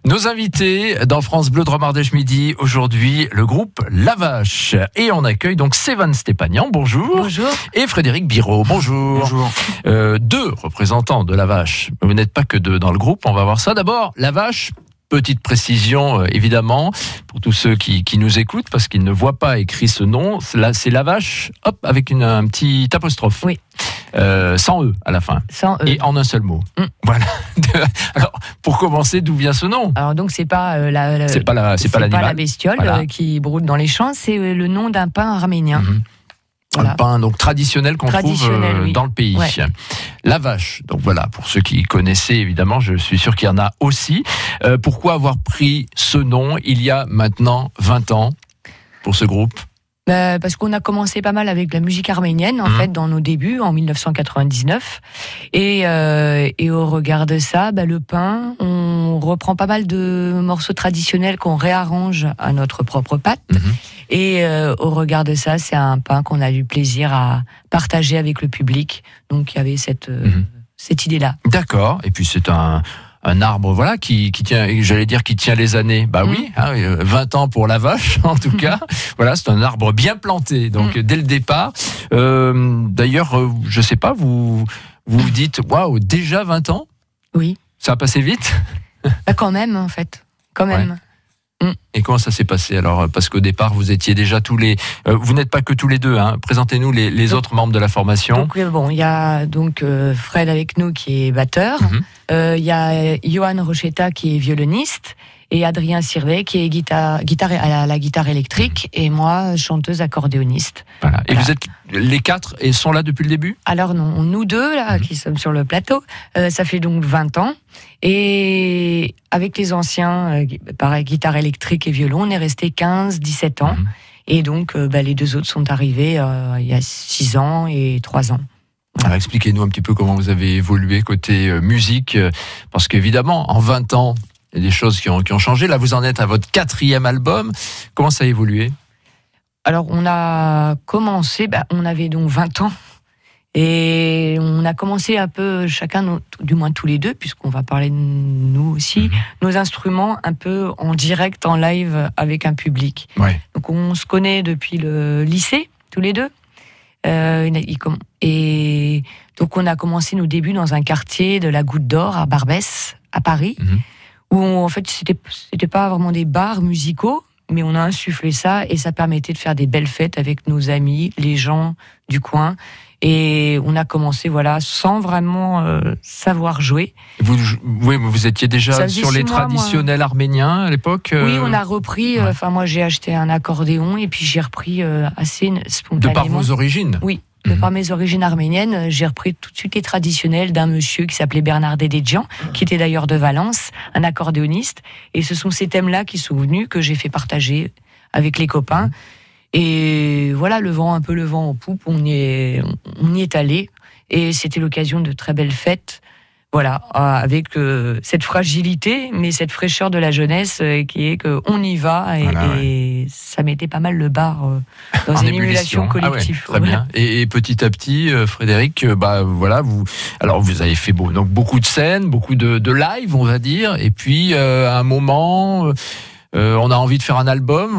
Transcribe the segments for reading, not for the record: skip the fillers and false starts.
Nos invités dans France Bleu Dromardèche Midi, aujourd'hui le groupe La Vache. Et on accueille donc Sévan Stépanian, bonjour. Bonjour. Et Frédéric Biraud, bonjour. Bonjour. Deux représentants de La Vache. Vous n'êtes pas que deux dans le groupe, on va voir ça. D'abord, La Vache, petite précision évidemment, pour tous ceux qui nous écoutent, parce qu'ils ne voient pas écrit ce nom. Là, c'est La Vache, hop, avec un petit apostrophe. Oui. Sans E à la fin. Sans E. Et en un seul mot. Voilà. Alors, pour commencer, d'où vient ce nom ? Alors donc c'est pas C'est pas l'animal. la bestiole Voilà. qui broude dans les champs, c'est le nom d'un pain arménien. Voilà. Un pain donc traditionnel qu'on trouve oui. dans le pays. Ouais. La vache. Donc voilà, pour ceux qui connaissaient évidemment, je suis sûr qu'il y en a aussi. Pourquoi avoir pris ce nom il y a maintenant 20 ans pour ce groupe ? Parce qu'on a commencé pas mal avec la musique arménienne, en fait, dans nos débuts, en 1999. Et au regard de ça, le pain, on reprend pas mal de morceaux traditionnels qu'on réarrange à notre propre pâte. Et au regard de ça, c'est un pain qu'on a eu plaisir à partager avec le public. Donc il y avait cette idée-là. D'accord. Et puis c'est un arbre, voilà, qui tient, j'allais dire, qui tient les années. Oui, 20 ans pour La Vache, en tout cas. Voilà, c'est un arbre bien planté, donc dès le départ. D'ailleurs, je sais pas, vous dites, waouh, déjà 20 ans ? Oui. Ça a passé vite ? Quand même, en fait. Quand même. Ouais. Et comment ça s'est passé alors ? Parce qu'au départ, vous étiez déjà tous les... vous n'êtes pas que tous les deux, hein. Présentez-nous les autres membres de la formation. Donc, il y a donc Fred avec nous qui est batteur. Il y a Johan Rochetta qui est violoniste. Et Adrien Sirvet qui est à la guitare électrique. Et moi, chanteuse accordéoniste. Voilà. Et Voilà. vous êtes les quatre et sont là depuis le début ? Alors non, nous deux là qui sommes sur le plateau, ça fait donc 20 ans. Et avec les anciens, pareil, guitare électrique et violon, on est resté 15-17 ans. Et donc les deux autres sont arrivés il y a 6 ans et 3 ans. Alors expliquez-nous un petit peu comment vous avez évolué côté musique, parce qu'évidemment, en 20 ans, il y a des choses qui ont changé. Là, vous en êtes à votre 4e album. Comment ça a évolué ? Alors, on a commencé, on avait donc 20 ans, et on a commencé un peu chacun, du moins tous les deux, puisqu'on va parler de nous aussi, nos instruments un peu en direct, en live, avec un public. Ouais. Donc, on se connaît depuis le lycée, tous les deux. Et donc, on a commencé nos débuts dans un quartier de la Goutte d'Or, à Barbès, à Paris, où en fait, c'était pas vraiment des bars musicaux, mais on a insufflé ça et ça permettait de faire des belles fêtes avec nos amis, les gens du coin. Et on a commencé, sans vraiment savoir jouer. Vous étiez déjà sur les traditionnels arméniens à l'époque ? Oui, on a repris. Moi, j'ai acheté un accordéon et puis j'ai repris assez spontanément. De par vos origines ? Oui. De par mes origines arméniennes, j'ai repris tout de suite les traditionnels d'un monsieur qui s'appelait Bernard Dededjian, qui était d'ailleurs de Valence, un accordéoniste. Et ce sont ces thèmes-là qui sont venus, que j'ai fait partager avec les copains. Et voilà, le vent en poupe, on y est allé. Et c'était l'occasion de très belles fêtes. Voilà, avec cette fragilité, mais cette fraîcheur de la jeunesse qui est qu'on y va et ça mettait pas mal le bar dans une émulation collective. Très bien. Et petit à petit, Frédéric, vous avez fait donc beaucoup de scènes, beaucoup de live, on va dire, et puis à un moment, on a envie de faire un album.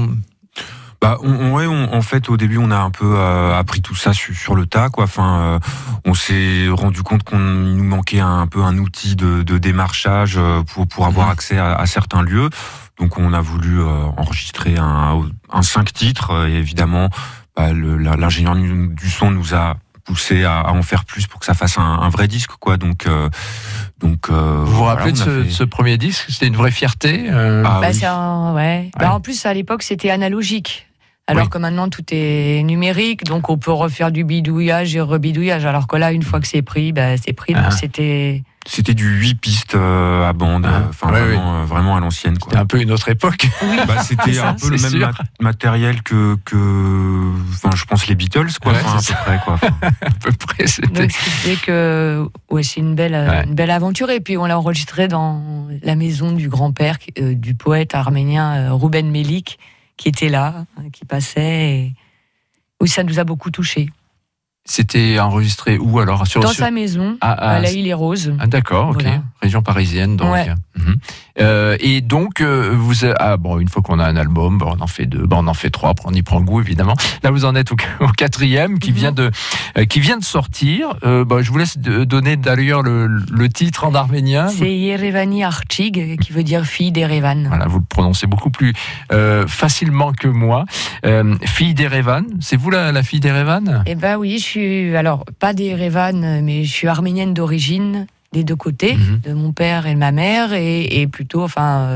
En fait, au début, on a un peu appris tout ça sur le tas, quoi. On s'est rendu compte qu'il nous manquait un peu un outil de démarchage pour avoir accès à certains lieux. Donc, on a voulu enregistrer un 5 titres. Et évidemment, l'ingénieur du son nous a poussé à en faire plus pour que ça fasse un vrai disque, quoi. Donc, vous vous rappelez de ce premier disque ? C'était une vraie fierté. Oui. En plus, à l'époque, c'était analogique. Alors que maintenant, tout est numérique, donc on peut refaire du bidouillage et rebidouillage. Alors que là, une fois que c'est pris, c'est pris. Donc C'était du 8 pistes à bande, vraiment à l'ancienne, quoi. C'était un peu une autre époque. Oui. C'était un peu le même matériel que je pense les Beatles, quoi. À peu près, quoi. À peu près, c'était... Donc, c'était que c'est une belle aventure. Et puis on l'a enregistré dans la maison du grand-père du poète arménien Rouben Melik, qui était là, qui passait, et où ça nous a beaucoup touchés. C'était enregistré où alors? Dans sa maison, à La Île-et-Rose. Ah, d'accord, ok. Voilà. Région parisienne, donc. Ouais. Et donc, une fois qu'on a un album, on en fait 2, on en fait 3, on y prend goût évidemment. Là, vous en êtes au 4e qui vient de sortir. Je vous laisse donner d'ailleurs le titre en arménien. C'est Yerevani Archig, qui veut dire fille d'Erevan. Voilà, vous le prononcez beaucoup plus facilement que moi. Fille d'Erevan, c'est vous la fille d'Erevan? Eh ben oui, je suis, alors pas d'Erevan, mais je suis arménienne d'origine, des deux côtés, de mon père et de ma mère, et plutôt,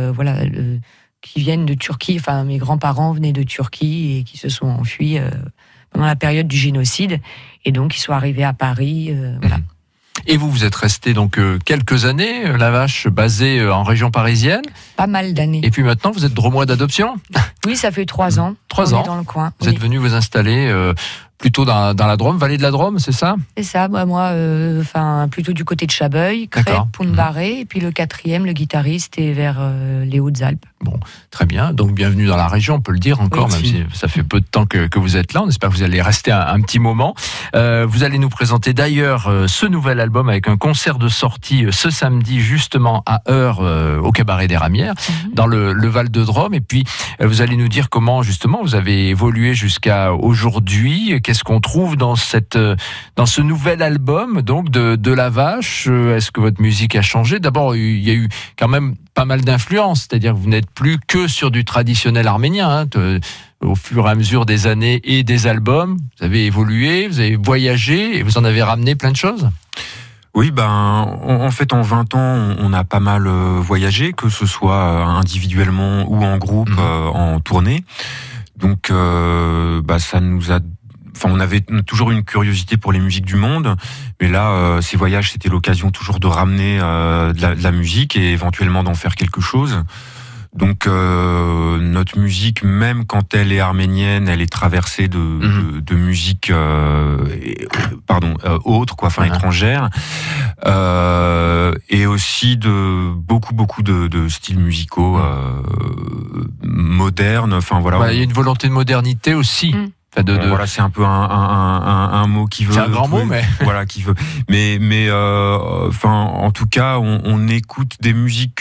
qui viennent de Turquie. Enfin, mes grands-parents venaient de Turquie et qui se sont enfuis pendant la période du génocide, et donc ils sont arrivés à Paris. Voilà. Et vous êtes resté donc quelques années, la vache, basée en région parisienne. Pas mal d'années. Et puis maintenant, vous êtes dromois d'adoption. Oui, ça fait 3 ans. 3 ans. On est dans le coin. Vous êtes venu vous installer plutôt dans la Drôme, vallée de la Drôme, c'est ça? C'est ça, moi, plutôt du côté de Chabeuil, Crêpes, Pont-de-Barré, et puis le 4e, le guitariste, est vers les Hautes-Alpes. Bon, très bien. Donc bienvenue dans la région, on peut le dire encore, même si ça fait peu de temps que vous êtes là. On espère que vous allez rester un petit moment. Vous allez nous présenter d'ailleurs ce nouvel album avec un concert de sortie ce samedi, justement à Heure, au Cabaret des Ramières, dans le Val de Drôme. Et puis, vous allez nous dire comment, justement, vous avez évolué jusqu'à aujourd'hui. Qu'est-ce qu'on trouve dans ce nouvel album, donc de La Vache? Est-ce que votre musique a changé? D'abord, il y a eu quand même pas mal d'influences, c'est-à-dire que vous n'êtes plus que sur du traditionnel arménien. Au fur et à mesure des années et des albums, vous avez évolué, vous avez voyagé et vous en avez ramené plein de choses. Oui, en fait, en 20 ans, on a pas mal voyagé, que ce soit individuellement ou en groupe, en tournée. Donc, ça nous a... on avait toujours une curiosité pour les musiques du monde, mais là, ces voyages, c'était l'occasion toujours de ramener de la musique et éventuellement d'en faire quelque chose. Donc, notre musique, même quand elle est arménienne, elle est traversée de musique, autre, étrangère, et aussi de beaucoup de styles musicaux modernes. Il y a une volonté de modernité aussi. Voilà, c'est un peu un mot qui veut. C'est un grand mot, mais voilà, qui veut. Mais en tout cas, on écoute des musiques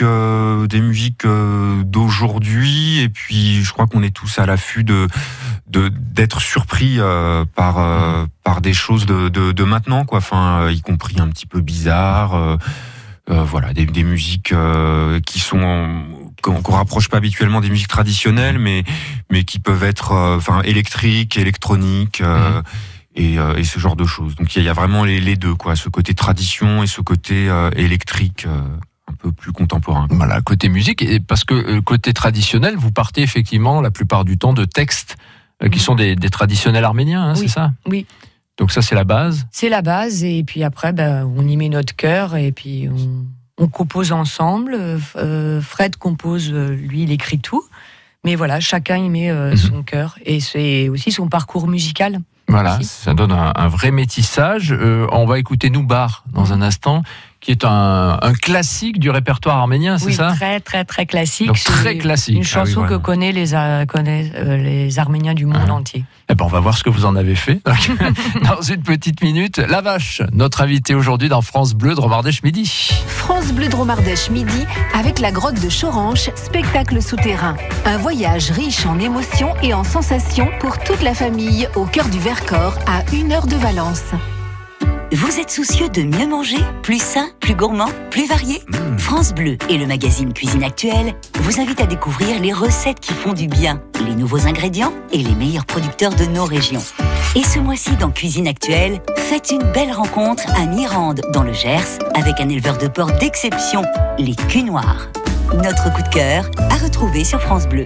d'aujourd'hui, et puis je crois qu'on est tous à l'affût d'être surpris par des choses de maintenant, quoi. Y compris un petit peu bizarres. Des musiques qui sont qu'on rapproche pas habituellement des musiques traditionnelles, mais qui peuvent être électriques, électroniques et ce genre de choses. Donc il y a vraiment les deux, quoi, ce côté tradition et ce côté électrique un peu plus contemporain. Voilà, côté musique, et parce que côté traditionnel, vous partez effectivement la plupart du temps de textes qui sont des traditionnels arméniens, oui, c'est ça? Oui. Donc ça, c'est la base? C'est la base, et puis après, on y met notre cœur, et puis on compose ensemble. Fred compose, lui, il écrit tout. Mais voilà, chacun y met son cœur. Et c'est aussi son parcours musical. Voilà, aussi. Ça donne un vrai métissage. On va écouter Noubar dans un instant, qui est un classique du répertoire arménien, c'est ça? Oui, très, très, très classique. Donc, très classique. Une chanson que connaissent les Arméniens du monde entier. On va voir ce que vous en avez fait. Dans une petite minute, La Vache, notre invité aujourd'hui dans France Bleu Dromardèche Midi. France Bleu Dromardèche Midi avec la grotte de Choranche, spectacle souterrain. Un voyage riche en émotions et en sensations pour toute la famille au cœur du Vercors, à 1 heure de Valence. Vous êtes soucieux de mieux manger, plus sain, plus gourmand, plus varié? France Bleu et le magazine Cuisine Actuelle vous invitent à découvrir les recettes qui font du bien, les nouveaux ingrédients et les meilleurs producteurs de nos régions. Et ce mois-ci dans Cuisine Actuelle, faites une belle rencontre à Mirande, dans le Gers, avec un éleveur de porc d'exception, les Culs Noirs. Notre coup de cœur à retrouver sur France Bleu.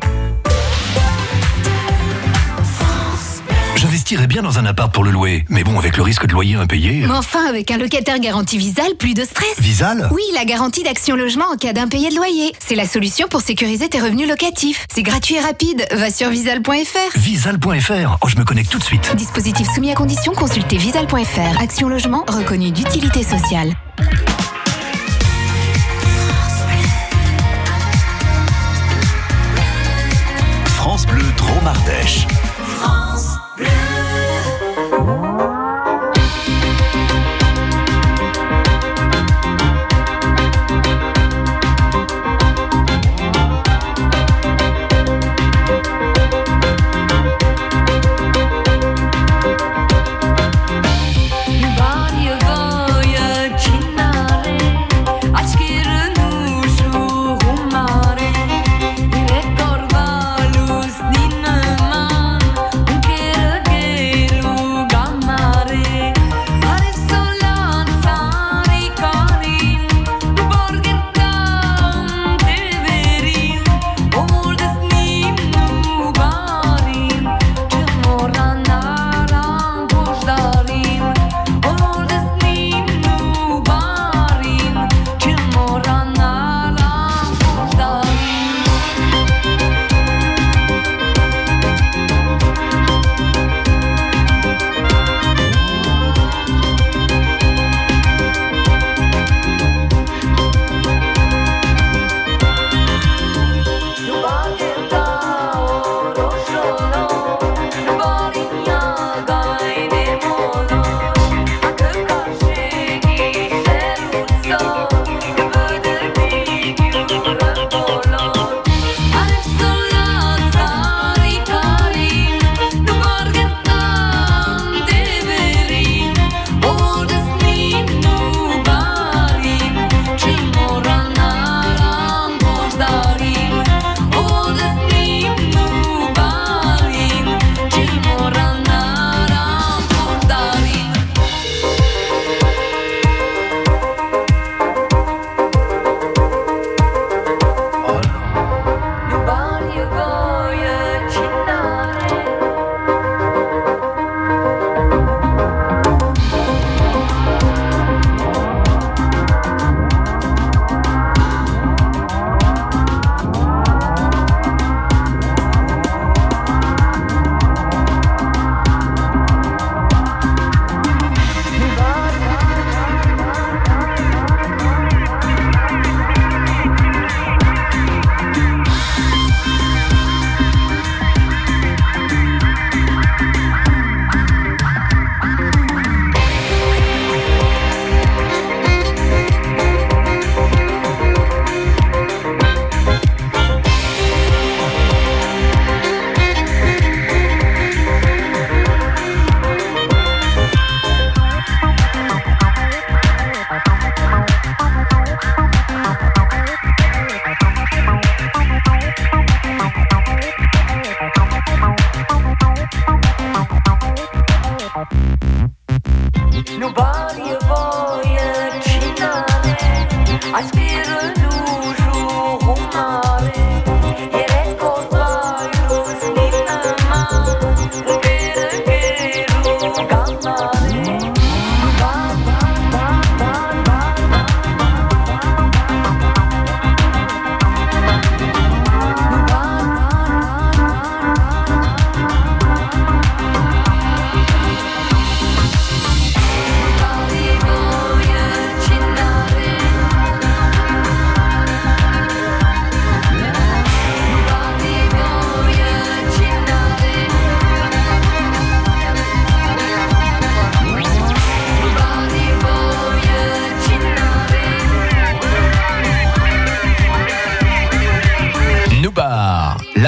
J'investirais bien dans un appart pour le louer, mais bon, avec le risque de loyer impayé... Mais enfin, avec un locataire garanti Visal, plus de stress. Visal ? Oui, la garantie d'Action Logement en cas d'impayé de loyer. C'est la solution pour sécuriser tes revenus locatifs. C'est gratuit et rapide. Va sur visal.fr. Visal.fr. Oh, je me connecte tout de suite. Dispositif soumis à condition, consultez visal.fr. Action Logement, reconnu d'utilité sociale. France Bleu Dromardèche. France Bleu.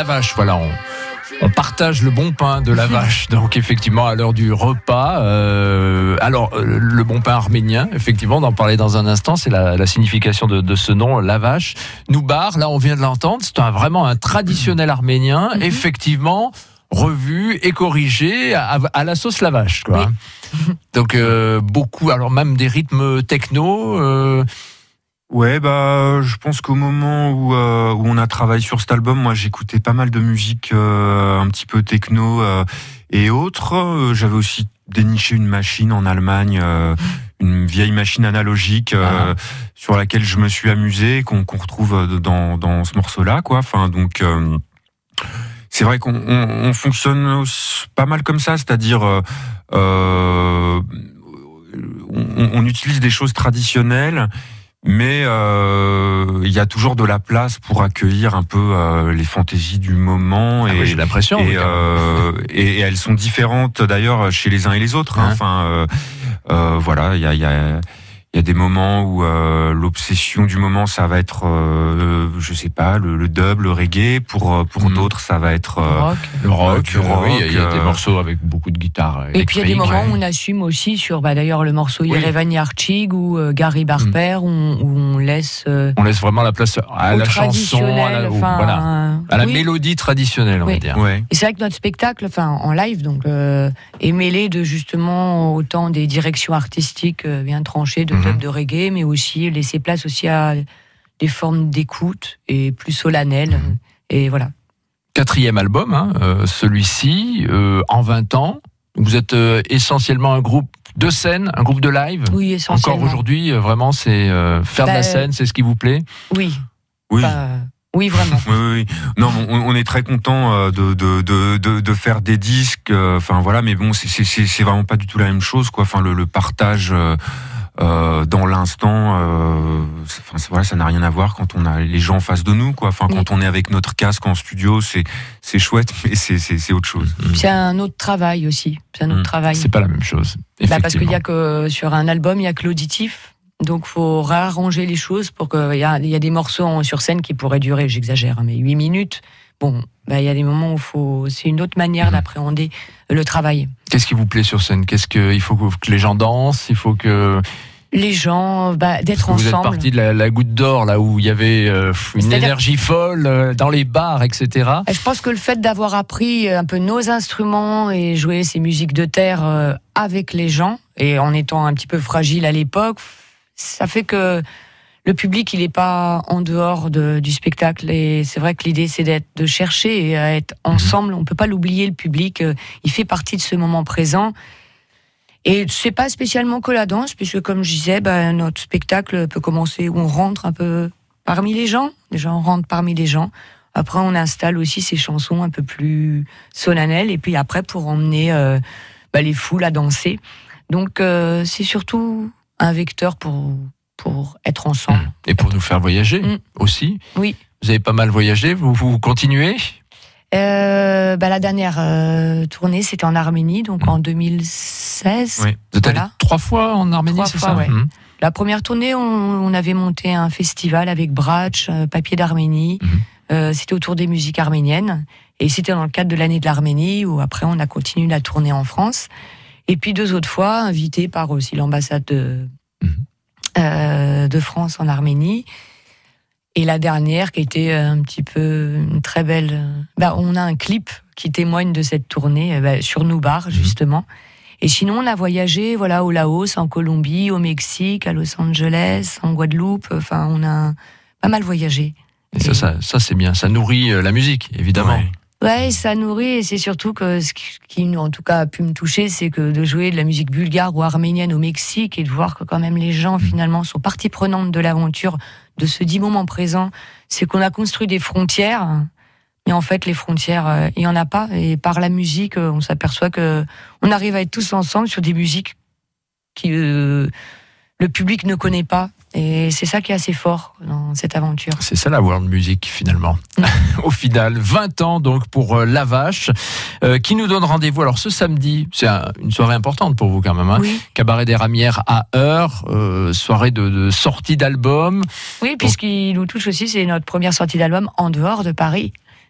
la vache, voilà, on partage le bon pain de la vache. Donc effectivement, à l'heure du repas, le bon pain arménien, effectivement, on en parlait dans un instant, c'est la signification de ce nom, la vache. Noubar, là on vient de l'entendre, c'est vraiment un traditionnel arménien, effectivement, revu et corrigé à la sauce la vache, quoi. Oui. Donc beaucoup, alors même des rythmes techno. Ouais, je pense qu'au moment où on a travaillé sur cet album, moi j'écoutais pas mal de musique un petit peu techno et autres. J'avais aussi déniché une machine en Allemagne, une vieille machine analogique sur laquelle je me suis amusé, qu'on retrouve dans ce morceau-là, quoi. Enfin, donc c'est vrai qu'on fonctionne pas mal comme ça, c'est-à-dire on utilise des choses traditionnelles. Mais il y a toujours de la place pour accueillir un peu les fantaisies du moment. Et j'ai l'impression. Et elles sont différentes d'ailleurs chez les uns et les autres. Hein. Enfin, voilà, il y a des moments où l'obsession du moment, ça va être, je sais pas, le dub, le reggae. Pour d'autres, ça va être le rock. Oui, il y a des morceaux avec beaucoup de guitare. Et puis il y a des moments où on assume aussi sur, d'ailleurs, le morceau Yerevani Archig ou Gary Barber, où on laisse. On laisse vraiment la place à la chanson, à la mélodie traditionnelle, on va dire. Ouais. Et c'est vrai que notre spectacle, en live, donc, est mêlé de justement autant des directions artistiques bien tranchées de de reggae, mais aussi laisser place aussi à des formes d'écoute et plus solennelles. Et voilà. 4e album, celui-ci, en 20 ans. Vous êtes essentiellement un groupe de scène, un groupe de live. Oui, essentiellement. Encore aujourd'hui, vraiment, c'est faire de la scène, c'est ce qui vous plaît ? Oui. Oui. Oui, vraiment. Oui. Non, on est très content de faire des disques. Enfin voilà, mais bon, c'est vraiment pas du tout la même chose, quoi. Enfin, le partage. Dans l'instant, ça n'a rien à voir quand on a les gens en face de nous, quoi. Enfin, quand on est avec notre casque en studio, c'est chouette, mais c'est autre chose. C'est un autre travail aussi. C'est un autre travail. C'est pas la même chose. Parce qu'il y a que sur un album, il y a que l'auditif. Donc, faut réarranger les choses pour il y a des morceaux sur scène qui pourraient durer, j'exagère, mais 8 minutes. Bon, il y a des moments où c'est une autre manière d'appréhender le travail. Qu'est-ce qui vous plaît sur scène ? Il faut que les gens dansent ? Il faut que les gens, d'être ensemble. Vous êtes parti de la Goutte d'Or, là où il y avait une énergie folle dans les bars, etc. Je pense que le fait d'avoir appris un peu nos instruments et jouer ces musiques de terre avec les gens, et en étant un petit peu fragile à l'époque, ça fait que le public, il n'est pas en dehors du spectacle. Et c'est vrai que l'idée, c'est de chercher et à être ensemble. On ne peut pas l'oublier, le public. Il fait partie de ce moment présent. Et c'est pas spécialement que la danse, puisque comme je disais, notre spectacle peut commencer où on rentre un peu parmi les gens. Les gens rentrent parmi les gens. Après, on installe aussi ces chansons un peu plus solennelles. Et puis après, pour emmener les foules à danser. Donc, c'est surtout un vecteur pour être ensemble. Et pour nous faire voyager aussi. Oui. Vous avez pas mal voyagé, vous continuez ? La dernière tournée, c'était en Arménie, donc en 2016. Oui. Vous êtes allé 3 fois en Arménie, 3 c'est fois, ça ? Ouais. La première tournée, on avait monté un festival avec Bratch, Papier d'Arménie. C'était autour des musiques arméniennes. Et c'était dans le cadre de l'année de l'Arménie, où après, on a continué la tournée en France. Et puis 2 autres fois, invité par aussi l'ambassade de France en Arménie. Et la dernière qui était un petit peu une très belle... on a un clip qui témoigne de cette tournée sur Noubar, justement. Et sinon, on a voyagé au Laos, en Colombie, au Mexique, à Los Angeles, en Guadeloupe. Enfin, on a pas mal voyagé. Et ça c'est bien. Ça nourrit la musique, évidemment. Ouais, ça nourrit, et c'est surtout que ce qui, en tout cas, a pu me toucher, c'est que de jouer de la musique bulgare ou arménienne au Mexique et de voir que quand même les gens, finalement, sont partie prenante de l'aventure, de ce 10 moments présents, c'est qu'on a construit des frontières, mais en fait, les frontières, il n'y en a pas. Et par la musique, on s'aperçoit que on arrive à être tous ensemble sur des musiques qui le public ne connaît pas. Et c'est ça qui est assez fort dans cette aventure. C'est ça la world music finalement. Au final, 20 ans donc pour La Vache, qui nous donne rendez-vous. Alors ce samedi, c'est une soirée importante pour vous quand même. Oui. Cabaret des Ramières à Heure, soirée de sortie d'album. Oui, puisqu'il nous touche aussi, c'est notre première sortie d'album en dehors de Paris.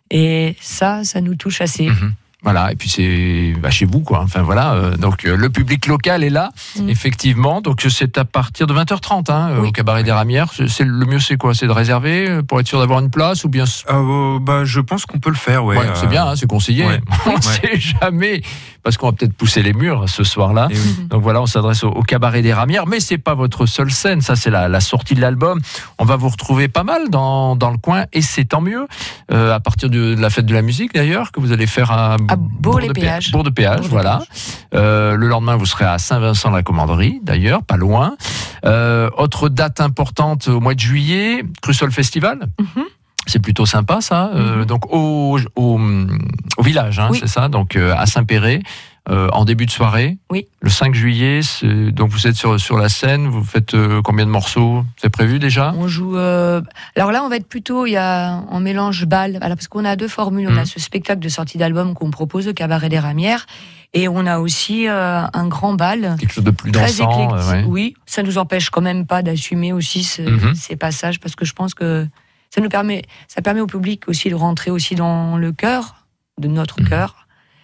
Et ça nous touche assez. Voilà, et puis c'est chez vous, quoi. Enfin voilà, donc le public local est là, effectivement. Donc c'est à partir de 20h30 au Cabaret des Ramières. C'est le mieux, c'est quoi? C'est de réserver pour être sûr d'avoir une place ou bien je pense qu'on peut le faire, ouais. C'est bien, c'est conseillé. Ouais. On ne sait jamais, parce qu'on va peut-être pousser les murs ce soir-là. Donc voilà, on s'adresse au Cabaret des Ramières, mais c'est pas votre seule scène. Ça, c'est la sortie de l'album. On va vous retrouver pas mal dans le coin, et c'est tant mieux. À partir de la fête de la musique, d'ailleurs, que vous allez faire à Bourg-de-Péage. Bourg-de-Péage, voilà. Le lendemain, vous serez à Saint-Vincent-la-Commanderie, d'ailleurs, pas loin. Autre date importante au mois de juillet, Crussol Festival. C'est plutôt sympa, ça. Donc au village, c'est ça. Donc à Saint-Péret, en début de soirée. Oui. Le 5 juillet. Donc vous êtes sur la scène. Vous faites combien de morceaux? C'est prévu déjà? On joue. Alors là, on va être plutôt. Il y a en mélange bal. Alors parce qu'on a deux formules. On a ce spectacle de sortie d'album qu'on propose au Cabaret des Ramières. Et on a aussi un grand bal. Quelque chose de plus très dansant. éclectique. Oui, ça nous empêche quand même pas d'assumer aussi ces passages, parce que je pense que ça permet au public aussi de rentrer aussi dans le cœur, de notre cœur.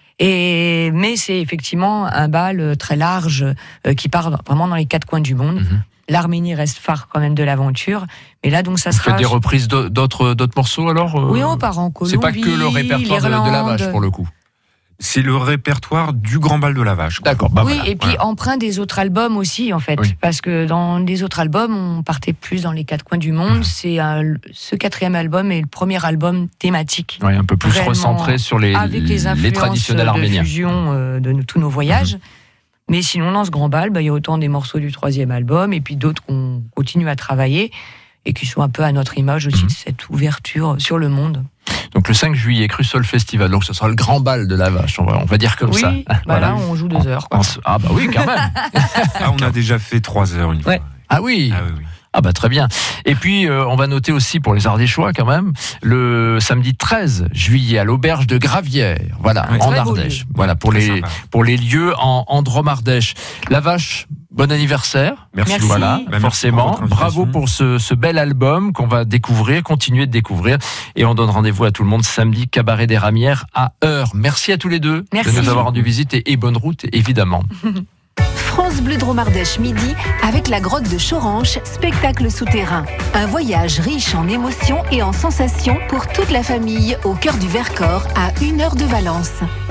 Mais c'est effectivement un bal très large qui part vraiment dans les quatre coins du monde. L'Arménie reste phare quand même de l'aventure. Mais là, donc, ça sera... Vous faites des reprises d'autres morceaux, alors Oui, on part en Colombie, c'est pas que le répertoire de la vache, pour le coup. C'est le répertoire du Grand Bal de la Vache, quoi. D'accord. Oui, et puis emprunt des autres albums aussi, en fait. Oui. Parce que dans les autres albums, on partait plus dans les quatre coins du monde. C'est ce quatrième album est le premier album thématique. Oui, un peu plus recentré sur les traditionnels arméniens. De fusion de tous nos voyages. Mais sinon, dans ce grand bal, il y a autant des morceaux du troisième album, et puis d'autres qu'on continue à travailler, et qui sont un peu à notre image aussi de cette ouverture sur le monde. Donc le 5 juillet, Crussol Festival, donc ce sera le grand bal de la vache, on va dire comme ça. Oui, là on joue 2 heures. Quoi. Ah bah oui, quand même. On a déjà fait 3 heures une fois. Ah oui. Oui. Ah bah très bien. Et puis on va noter aussi pour les Ardéchois quand même le samedi 13 juillet à l'auberge de Gravières, voilà, en Ardèche. Voilà pour les lieux en Drôme-Ardèche. La vache, bon anniversaire. Merci. Voilà, forcément. Pour bravo pour ce bel album qu'on va découvrir, continuer de découvrir, et on donne rendez-vous à tout le monde samedi Cabaret des Ramières à Heure. Merci à tous les deux de nous avoir rendu visite, et bonne route évidemment. France Bleu Drôme-Ardèche midi avec la grotte de Choranche, spectacle souterrain. Un voyage riche en émotions et en sensations pour toute la famille au cœur du Vercors à 1 heure de Valence.